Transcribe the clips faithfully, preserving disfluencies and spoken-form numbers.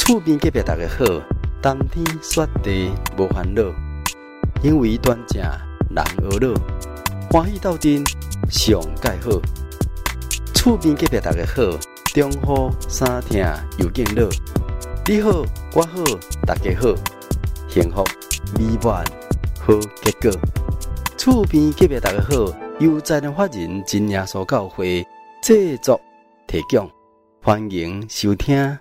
厝边隔壁大家好，冬天雪地无烦恼，因为端正人和乐，欢喜斗阵上介好。厝边隔壁大家好，中雨三听又见乐，你好我好大家好，幸福美满好结果。厝边隔壁大家好，由在人法人真耶稣教会制作提供，欢迎收听。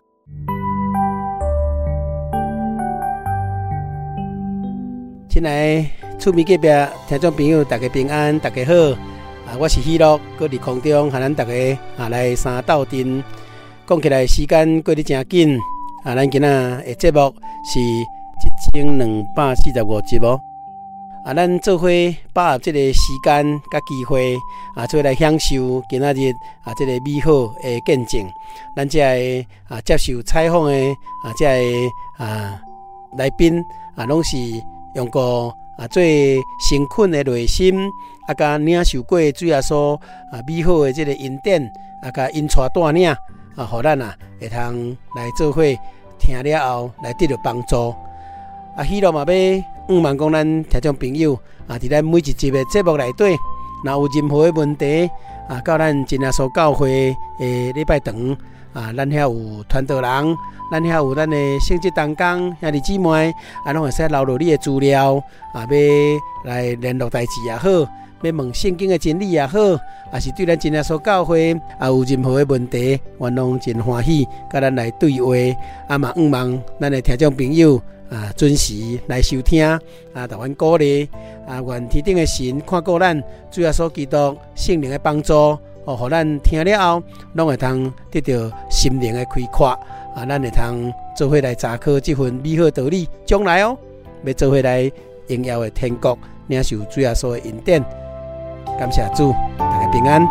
亲爱的厝边隔壁听众朋友，大家平安，大家好。啊，我是喜乐，搁伫空中和咱大家啊来三斗阵。讲起来时间过得真紧，啊，咱今仔的节目是一千两百四十五集哦。啊，咱做伙把握这个时间甲机会，啊，做来享受今仔日啊这个美好的见证。咱这个啊接受采访的啊这个啊来宾啊，拢是用过啊最诚恳的内心，啊，甲领受过主耶稣啊美好的这个恩典，啊，甲因带带领啊，互咱啊会通来做伙听了后来得到帮助。啊，希望嘛要毋望讲咱听众朋友啊，伫咱每一集的节目内底，若有任何的问题啊，到咱真耶稣教会的礼拜堂啊，咱遐有传道人。咱遐有咱的圣职同工兄弟姊妹，啊，拢会使留落你的资料，啊，要来联络代志也好，要问圣经的真理也好，啊，是对咱真耶稣教会啊有任何的问题，我拢真欢喜，甲咱来对话，啊嘛毋望咱的听众朋友啊准时来收听，啊，台湾鼓励，啊，愿天顶的神看顾咱，主耶稣基督圣灵的帮助，哦，互咱听了后，拢会通得到心灵的开阔。啊，咱会通做伙来查考这份美好道理，将来哦，要做伙来荣耀的天国，领受主耶稣的恩典。感谢主，大家平安。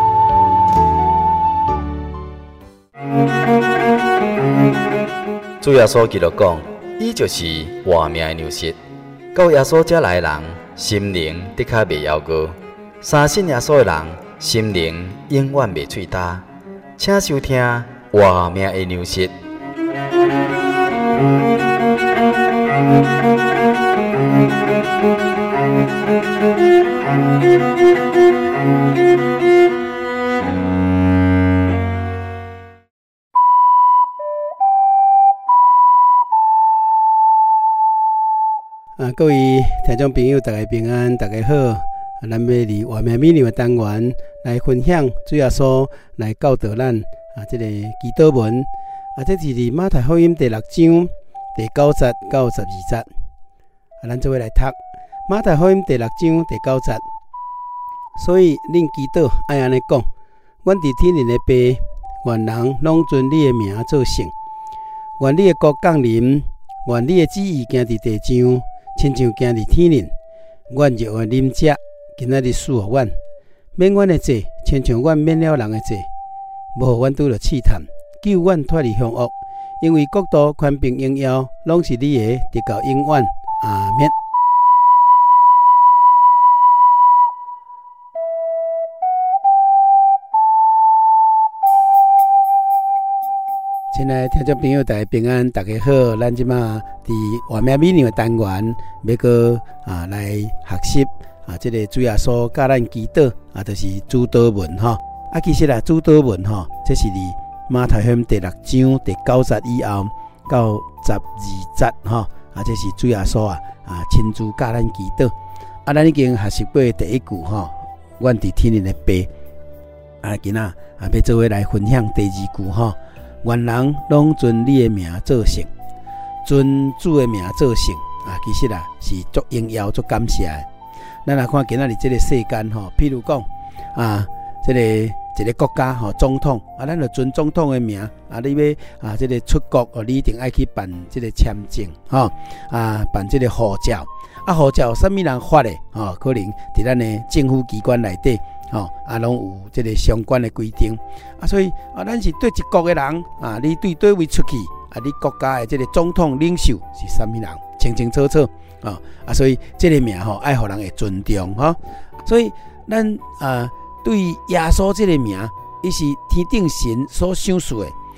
主耶稣基督讲，伊就是活命的粮食。到耶稣这来的人，心灵的确袂夭糕；相信耶稣的人，心灵永远袂脆焦。请收听活命的粮食。 啊，各位听众朋友，大家平安，大家好。啊，咱要伫活命美粮的单元来分享主耶稣来教导咱啊，这个祈祷文啊，这是伫马太福音第六章第九节到十二节。啊，咱做伙来读马太福音第六章第九节。所以恁祈祷爱安尼讲：阮伫天灵的爸，愿人拢尊你的名做圣，愿你的国降临，愿你的旨意行伫地上，亲像行伫天灵。阮若会啉食，今仔日赐互阮，免阮的罪，亲像阮免了人的罪，无互阮拄着试探，救阮脱离凶恶。因为国度、权柄、荣耀，拢是你的，直到永远。阿免。亲爱的听众朋友，大家平安，大家好。咱即马伫活命美粮的单元，要个啊来学习啊，这个主耶稣教咱祈祷啊，就是主祷文哈。啊，其实啊，主祷文哈，这是伫马太福音第六章第九节以后到十二节哈。啊，这是主耶稣啊啊亲自教咱祈祷。啊，咱已经学习过第一句哈，阮伫天灵的爸。啊，今仔啊要做伙来分享第二句哈。愿人拢尊你的名做圣，尊主的名做圣啊！其实啊是足荣耀、足感谢的。咱来看今仔日这个世间吼，譬如讲啊，这个一个国家吼，总统啊，咱就尊总统的名啊，你要啊，这个出国哦，你一定爱去办这个签证吼啊，办这个护照啊，护照什么人发的吼？可能伫咱的政府机关内底。吼、哦、啊，拢有这个相关的规定啊，所以啊，咱是对一国的人啊，你对对位出去啊，你国家的这个总统领袖是什么人，清清楚楚啊啊，所以这个名吼爱互人会尊重哈、哦，所以咱啊对耶稣这个名，伊是天顶神所赏赐的，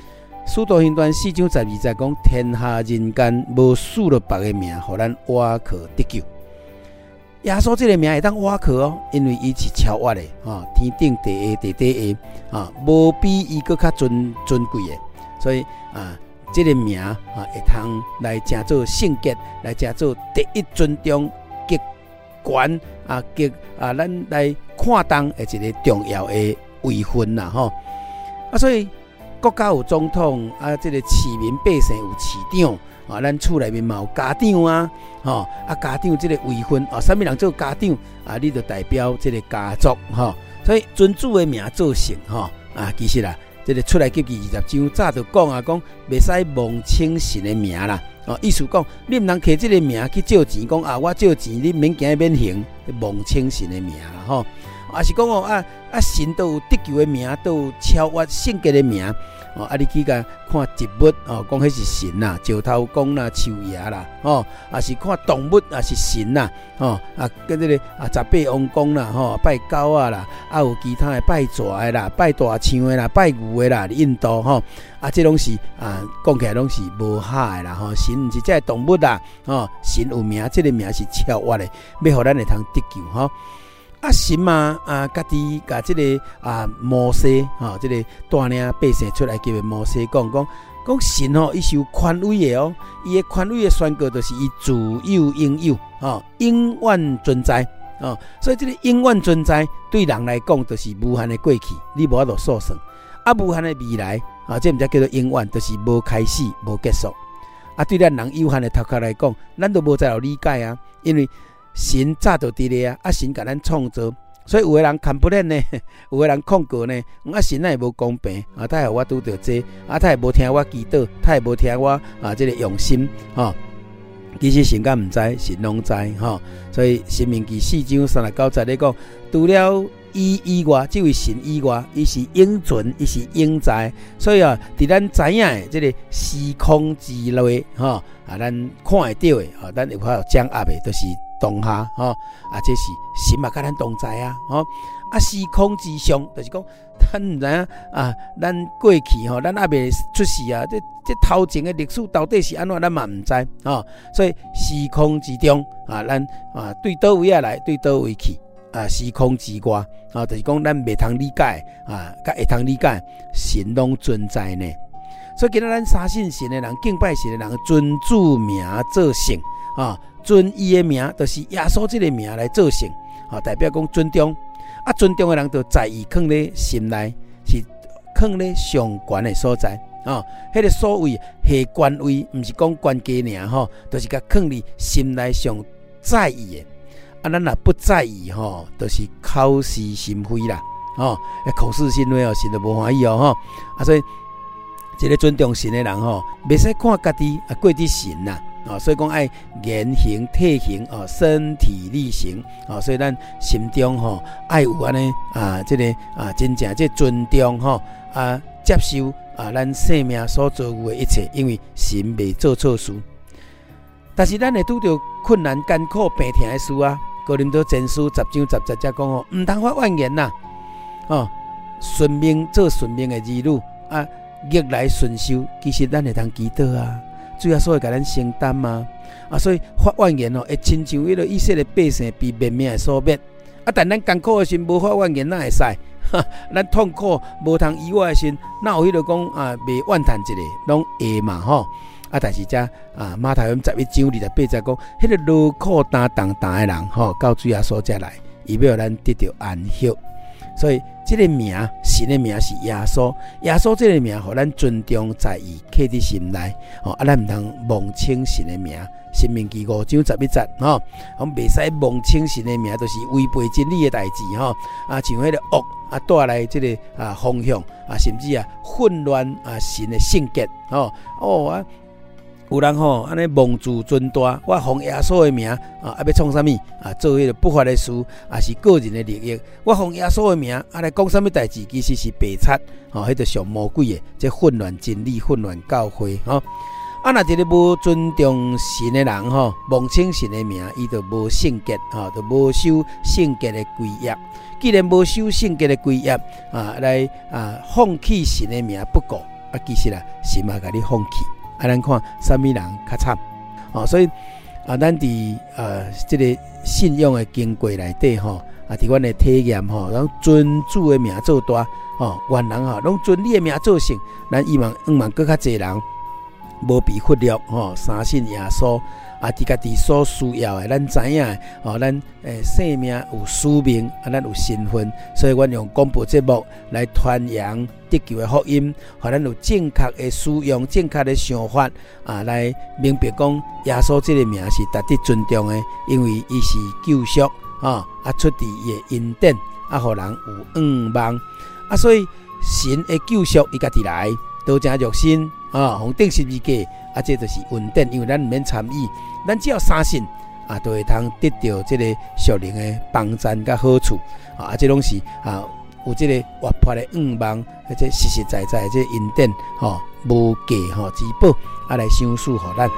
使徒行传四章十二节讲，天下人间无赐了别的名，互咱倚靠得救。耶稣这个名会当倚靠哦，因为伊是超越的啊，天顶地下地底下啊，无比伊搁较尊尊贵的，所以啊，这个名啊会通来成做圣洁，来成做第一尊重极悬啊极啊，咱来看重的一个重要的位分啦吼啊，所以。国家有总统啊，这个市民百姓有市长啊，咱厝内面嘛有家长啊，吼啊家长这个位分啊，啥物人做家长啊？你就代表这个家族吼，所以尊主的名做成吼啊，其实啦，这个出来记记二十章早就讲啊，讲袂使妄称神的名啦，哦，意思讲你唔通摕这个名去借钱，讲啊我借钱，你免惊免刑，妄称神的名啦吼。啊是讲哦啊啊神都有得救的名，都有超越圣洁的名哦。啊，你去甲看植物哦，讲迄是神啦，石头公啦、树叶啦，哦，啊是看动物啊是神啦，哦啊跟这个啊十八王公啦，吼、哦、拜狗啊啦，啊有其他的拜蛇的啦、拜大象的啦、拜牛的啦，印度吼、哦、啊这拢是啊讲起来拢是无哈的啦，吼、哦、神毋是这动物啦，哦神有名，这个名是超越的，要互咱会通得救吼。哦啊神嘛啊，家己甲即个啊摩西吼，即、这个带领百姓出来叫摩西讲讲讲神吼，伊是有权威的哦，伊的权威的宣告就是伊自有永有吼，永远存在哦。所以即个永远存在对人来讲，就是无限的过去，你无法度数算；啊，无限的未来啊，这毋才叫做永远，就是无开始无结束。啊，对咱人有限的头壳来讲，咱都无再有理解啊，因为。神早就伫咧啊，啊神甲咱创造，所以有个人看不见呢，有个人控告呢，啊神也无公平啊，他也我拄到这，啊他也无听我祈祷，他也无听我啊这个用心吼、哦。其实神敢毋知，神拢知吼、哦。所以申命记四章三十九节咧讲，除了伊以外，即位神以外，伊是永存，伊是永在。所以啊，伫咱知影的这个时空之内吼、哦、啊，咱看会到的啊，咱有法度掌握的，都、就是当下吼、哦、啊，这是神嘛，甲咱同在啊吼、哦、啊，时空之上，就是讲咱毋知影啊，咱过去吼、哦，咱还未出世啊，这这头前的历史到底是安怎，咱嘛毋知吼、哦。所以时空之中啊，咱啊对倒位啊来，对倒位去。啊，时空之外，啊，就是讲咱袂通理解啊，甲会通理解，神拢存在呢。所以今仔咱相信神的人、敬拜神的人，尊主名做圣啊，尊伊的名，就是耶稣这个名来做圣啊，代表讲尊重。啊，尊重的人就在意放咧心内，是放咧上悬的所在啊。迄个所谓下官位，毋是讲官家尔吼，就是甲放伫心内上在意的。啊，咱若不在意吼，就是口是心非啦，吼，口是心非哦，神就无欢喜哦，吼，啊，所以一个尊重神的人吼，袂使看家己啊过伫神啦，啊，所以讲爱言行、体行哦，身体力行哦，所以咱心中吼爱有安尼啊，这个啊真正这尊重吼啊，接受啊咱生命所做有的一切，因为神袂做错事，但是咱会拄着困难、艰苦、病痛的事啊。哥林多前書十章十節講哦，唔通發怨言呐，哦，順命做順命的兒女啊，逆來順受，其實咱會通祈禱啊，主要所會甲咱承擔嘛，啊，所以發怨言哦，會親像迄個以色列百姓被滅命的所滅，啊，但咱艱苦的時無發怨言，哪會使？咱痛苦無通意外的時，哪有迄個講啊，袂怨嘆一個，攏會嘛吼。啊，但是遮啊，馬太福音十一章二十八節講，迄個勞苦擔重擔的人，吼、哦，到主耶穌遮來，伊要咱得到安息。所以，這個名，神的名是耶穌，耶穌這個名，互咱尊重在意，刻在心內。哦，啊，咱毋通妄稱神的名。申命記五章十一節，吼、哦，我們袂使妄稱神的名，就是違背真理的代志，吼、哦。啊，像迄個惡啊，帶來這個啊風向啊，甚至啊混亂啊神的聖潔，吼、哦，哦啊。有人吼安尼妄自尊大，我奉耶穌的名啊，啊要創啥物啊？做迄個不法的事，啊是個人的利益。我奉耶穌的名啊來講啥物代志，其實是白賊，吼、哦，迄個上魔鬼的，即混亂真理、混亂教會，吼、哦。啊，若一個無尊重神的人，吼、哦，妄稱神的名，伊就無聖潔，吼、哦，就無守聖潔的規約。既然無守聖潔的規約，啊來啊放棄神的名不顧。 啊，其实啊，神嘛，甲你放弃。啊，咱看啥物人较惨哦，所以啊，咱伫呃这个信仰的经过内底吼，啊，伫阮的体验吼，咱尊主的名做大吼，愿人吼拢尊你的名做圣，咱希望希望更较侪人无被忽略吼，相信耶稣。啊，伫家己所需要的，咱知影的哦，咱诶生命有使命，啊，咱有身份，所以阮用广播节目来传扬得救的福音，互咱有正确的使用、正确的想法啊，来明白讲耶稣这个名是值得尊重的，因为伊是救赎啊，啊出自伊的恩典，啊，互人有盼望啊，所以神的救赎伊家己来，道成肉身啊，红顶十字架。啊，这就是恩典，因为咱唔免参与，咱只要相信啊，就会通得到这个属灵的帮助甲好处啊，这拢是啊有这个活泼的愿望，而且实实在在的这恩典吼、哦、无价吼之宝啊来赏赐互咱。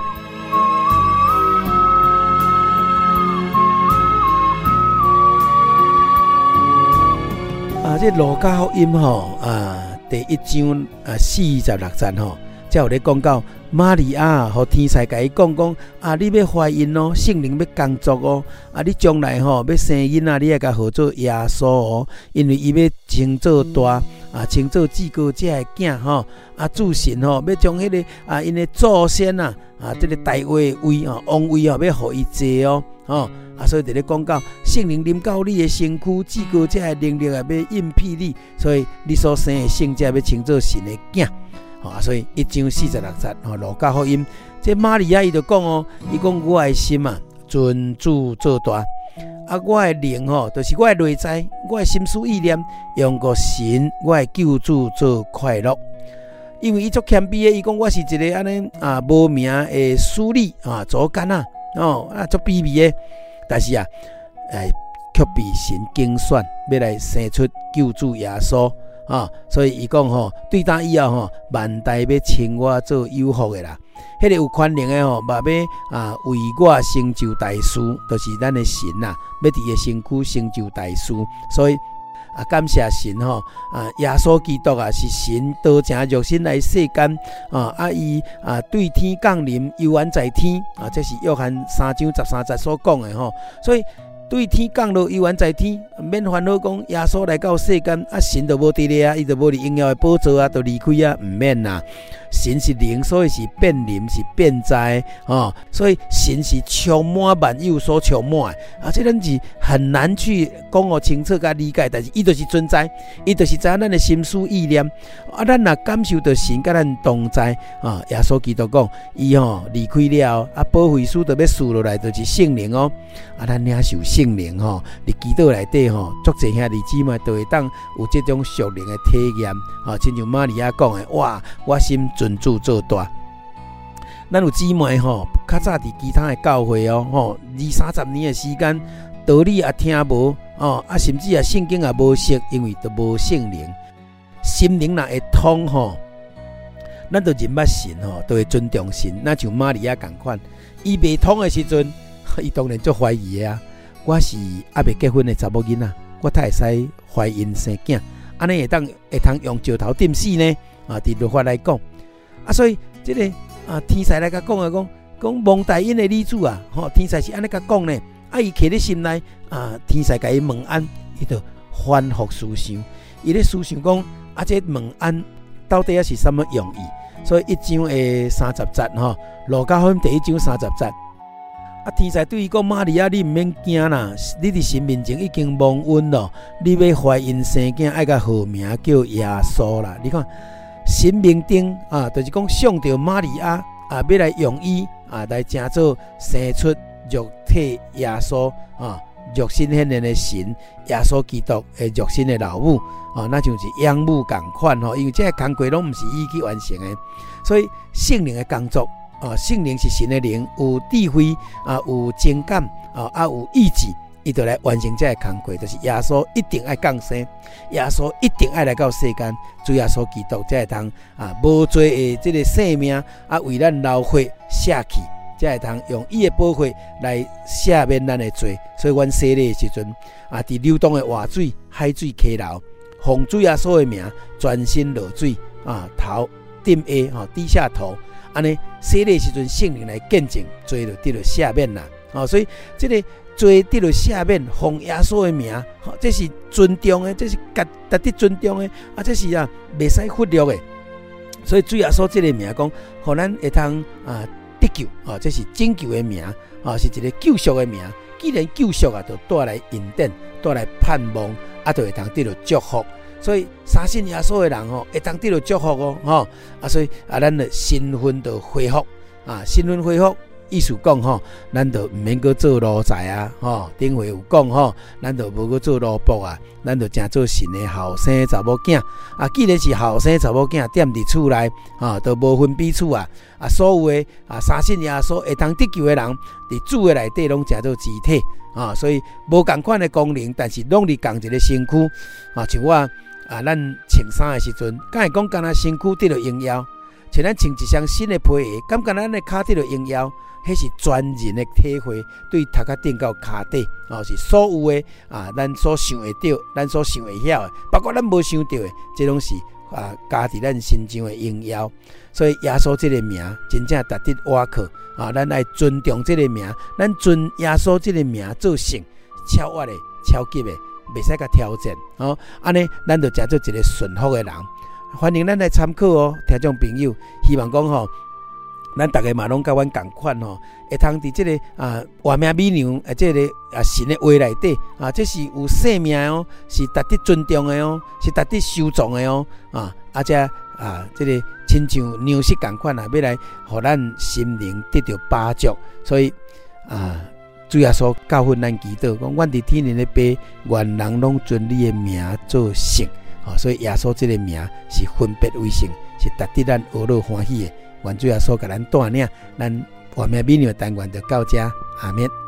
啊，这路加福音吼啊，第一章啊四十六节吼。才有咧讲到玛利亚，互天使甲伊讲讲啊，你要怀孕哦，圣灵要工作哦，啊，你将来吼要生囡仔，你要甲号做耶稣哦，因为伊要称做大啊，称做至高者的囝吼，啊，主神吼要将迄、那个啊，因的祖先啊，啊，这个大位位啊，王位啊，要互伊坐哦，吼啊，所以伫咧讲到圣灵临到你的身躯，至高者的能力啊，要应庇你，所以你所生的圣者要称做神的囝。啊，所以一章四十六节，吼，路加福音，这玛利亚伊就讲哦，伊讲我的心啊，尊主做大，啊，我的灵吼，就是我的内在，我的心思意念，用个神，我的救主做快乐。因为伊足谦卑的，伊讲我是一个安尼啊无名的司隶啊，左干啊，哦啊足卑微的，但是啊，诶，却被神拣选，要来生出救主耶稣。啊，所以伊讲吼，对当以后吼，万代要称我做有福的啦。迄、那个有权能的吼，嘛要啊为我成就大事，就是咱的神呐、啊，要伫个身躯成就大事。所以啊，感谢神吼，啊，耶稣基督啊是神道成肉身来世间啊，啊伊啊对天降临，游玩在天啊，这是约翰三章十三节所讲的吼，所以。对天降落，游玩在天，免烦恼讲耶稣来到世间，啊神就无伫咧啊，伊就无伫荣耀的宝座啊，就离开啊，唔免啦。神是灵，所以是变灵，是变在哦，所以神是充满万有所充满的啊，这咱是很难去讲我清楚甲理解，但是伊就是存在，伊就是知影咱的心思意念啊，咱若感受到神甲咱同在啊，耶稣基督讲，伊吼离开了啊，保惠师就要赐落来，就是圣灵哦，啊，咱领受圣灵吼，伫基督内底吼，足侪兄弟姊妹都会当有这种属灵的体验啊，亲像玛利亚讲的，哇，我心尊主做大。咱有姊妹吼，较早伫其他的教会哦，吼二三十年的时间，道理也听无哦，啊，甚至啊圣经也无识，因为都无圣灵，心灵若会通吼，咱就认捌神吼，都会尊重神。那像玛利亚共款，伊未通的时阵，伊当然足怀疑的啊。我是还未结婚的查某囡仔，我才会使怀孕生囝，安尼会当会通用石头钉死呢？啊，伫律法来讲，啊，所以这个啊，天使来甲讲啊，讲讲蒙大恩的女子啊，吼，天使是安尼甲讲呢。啊，伊徛咧心内啊，天使甲伊问安，伊就反复思想，伊咧思想讲啊，这问安到底啊是什么用意？所以一章的三十节吼，路加福音第一章三十节。啊！天使对伊讲：玛利亚，你毋免惊啦，你伫神面前已经蒙恩咯。你要怀孕生囝，爱甲号名叫耶稣啦。你看，神明定啊，就是讲上着玛利亚啊，要来用伊啊，来成做生出肉体耶稣啊，肉身显现的神耶稣基督的肉身的老母啊，那就是养母共款吼。因为这个工作拢毋是伊去完成的，所以圣灵的工作。啊，圣灵是神的灵，有智慧啊，有情感啊，啊有意志，伊就来完成这个工作。就是耶稣一定爱降生，耶稣一定爱来到世间，主耶稣基督才会通啊，无罪的这个生命啊，为咱流血舍去，才会通用伊的宝血来赦免咱的罪。所以，阮洗礼的时阵啊，伫流动的活水、海水溪流，奉主耶稣的名，全身落水啊，头顶下吼低下头，安尼洗礼时阵圣灵来见证，罪就得到赦免啦。哦，所以这个罪得到赦免，奉耶稣的名，吼，这是尊重的，这是值得尊重的，啊，这是啊袂使忽略的。所以主耶稣这个名讲，互咱会通啊得救，哦，这是拯救的名，哦，是一个救赎的名。既然救赎啊，就带来恩典，带来盼望，啊，就会通得到祝福。所以相信耶稣的人吼，会当得到祝福哦，吼啊，所以啊，咱的身份就恢复啊，身份恢复，意思讲吼，咱就唔免去做奴才啊，吼，顶回有讲吼，咱就无去做奴仆啊，咱就正做神的后生查某囝啊。既然是后生查某囝，踮伫厝内啊，都无分彼此啊，啊，所有的啊，相信耶稣会当得救的人，伫主的内底拢正做肢体啊，所以无共款的功能，但是拢伫共一个身躯啊，像我。啊，咱穿衫的时阵，敢会讲敢若身躯得到荣耀？像咱穿一双新的皮鞋，敢敢咱的脚得到荣耀？迄是专人的体会，对头壳顶到脚底，哦，是所有的啊，咱所想会到，咱所想会晓的，包括咱无想到的，这拢是啊，加伫咱身上的荣耀。所以耶稣这个名真正值得挖靠啊！咱爱尊重这个名，咱尊耶稣这个名做圣，超越的、超级的。袂使甲挑战哦，安尼咱就食做一个顺服的人。欢迎咱来参考哦，听众朋友，希望讲吼，咱大家嘛拢甲阮共款吼，会通伫即个啊活命美娘啊，即个啊神的话内底啊，这是有生命的哦，是值得尊重的哦，是值得收藏的哦啊，啊遮啊，即、这个亲像粮食共款啊，要来互咱心灵得到饱足，所以啊。主耶稣教训咱祈祷，讲阮伫天灵的爸，愿人拢尊你的名做圣。哦，所以耶稣这个名是分别为圣，是值得咱学乐欢喜的。愿主耶稣甲咱带领，咱活命美妙单元就到这，阿们。